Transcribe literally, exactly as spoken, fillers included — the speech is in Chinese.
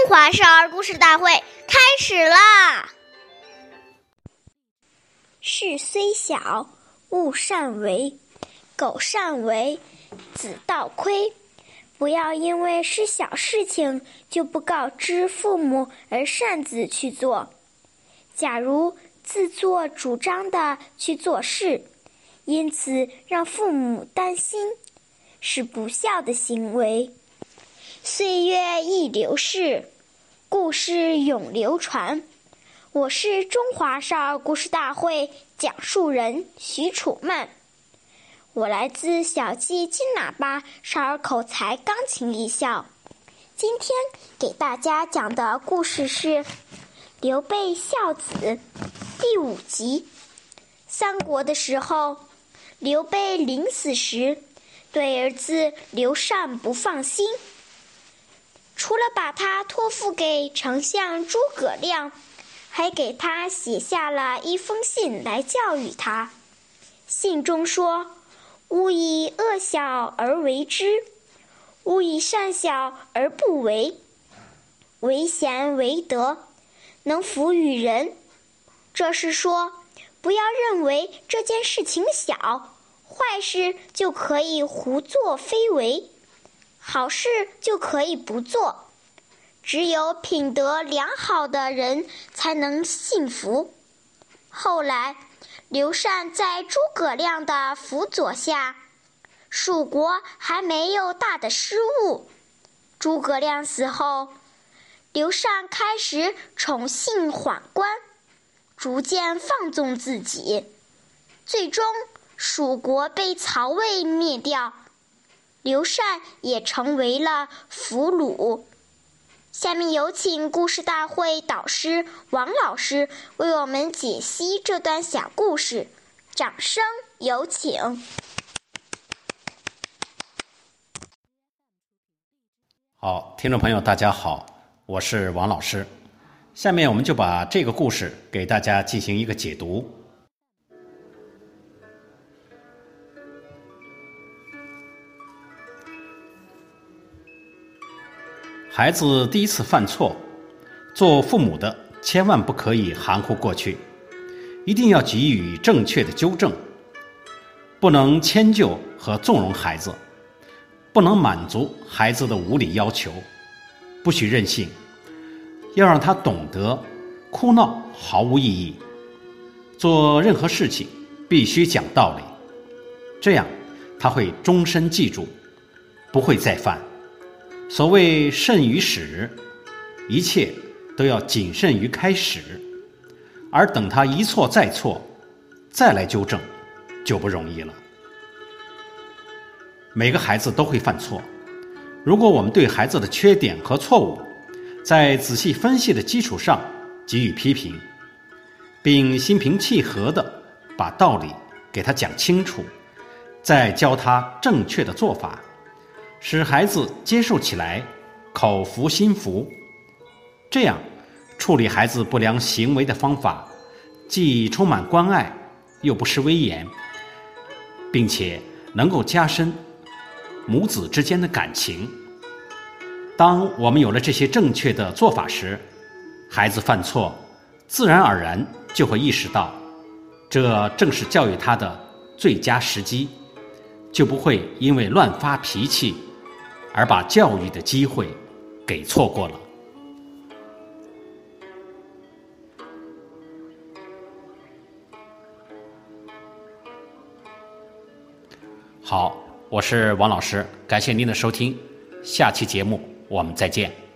华少儿故事大会开始啦！ 事虽小，勿擅为；苟擅为，子道亏。不要因为是小事情就不告知父母而擅自去做。假如自作主张的去做事，因此让父母担心，是不孝的行为。岁月易流逝，故事永流传。我是中华少儿故事大会讲述人许楚曼，我来自小季金喇叭少儿口才钢琴艺校。今天给大家讲的故事是刘备孝子第五集。三国的时候，刘备临死时对儿子刘禅不放心，除了把他托付给丞相诸葛亮，还给他写下了一封信来教育他。信中说：勿以恶小而为之，勿以善小而不为。为贤为德，能辅与人。这是说，不要认为这件事情小，坏事就可以胡作非为，好事就可以不做。只有品德良好的人才能幸福。后来刘禅在诸葛亮的辅佐下，蜀国还没有大的失误。诸葛亮死后，刘禅开始宠信宦官，逐渐放纵自己，最终蜀国被曹魏灭掉，刘禅也成为了俘虏。下面有请故事大会导师王老师为我们解析这段小故事，掌声有请。 好，听众朋友大家好，我是王老师。下面我们就把这个故事给大家进行一个解读。孩子第一次犯错，做父母的千万不可以含糊过去，一定要给予正确的纠正，不能迁就和纵容孩子，不能满足孩子的无理要求，不许任性，要让他懂得哭闹毫无意义，做任何事情必须讲道理，这样他会终身记住，不会再犯。所谓慎于始，一切都要谨慎于开始，而等他一错再错，再来纠正，就不容易了。每个孩子都会犯错，如果我们对孩子的缺点和错误，在仔细分析的基础上给予批评，并心平气和地把道理给他讲清楚，再教他正确的做法，使孩子接受起来口服心服，这样处理孩子不良行为的方法既充满关爱又不失威严，并且能够加深母子之间的感情。当我们有了这些正确的做法时，孩子犯错自然而然就会意识到，这正是教育他的最佳时机，就不会因为乱发脾气而把教育的机会给错过了。好，我是王老师，感谢您的收听，下期节目我们再见。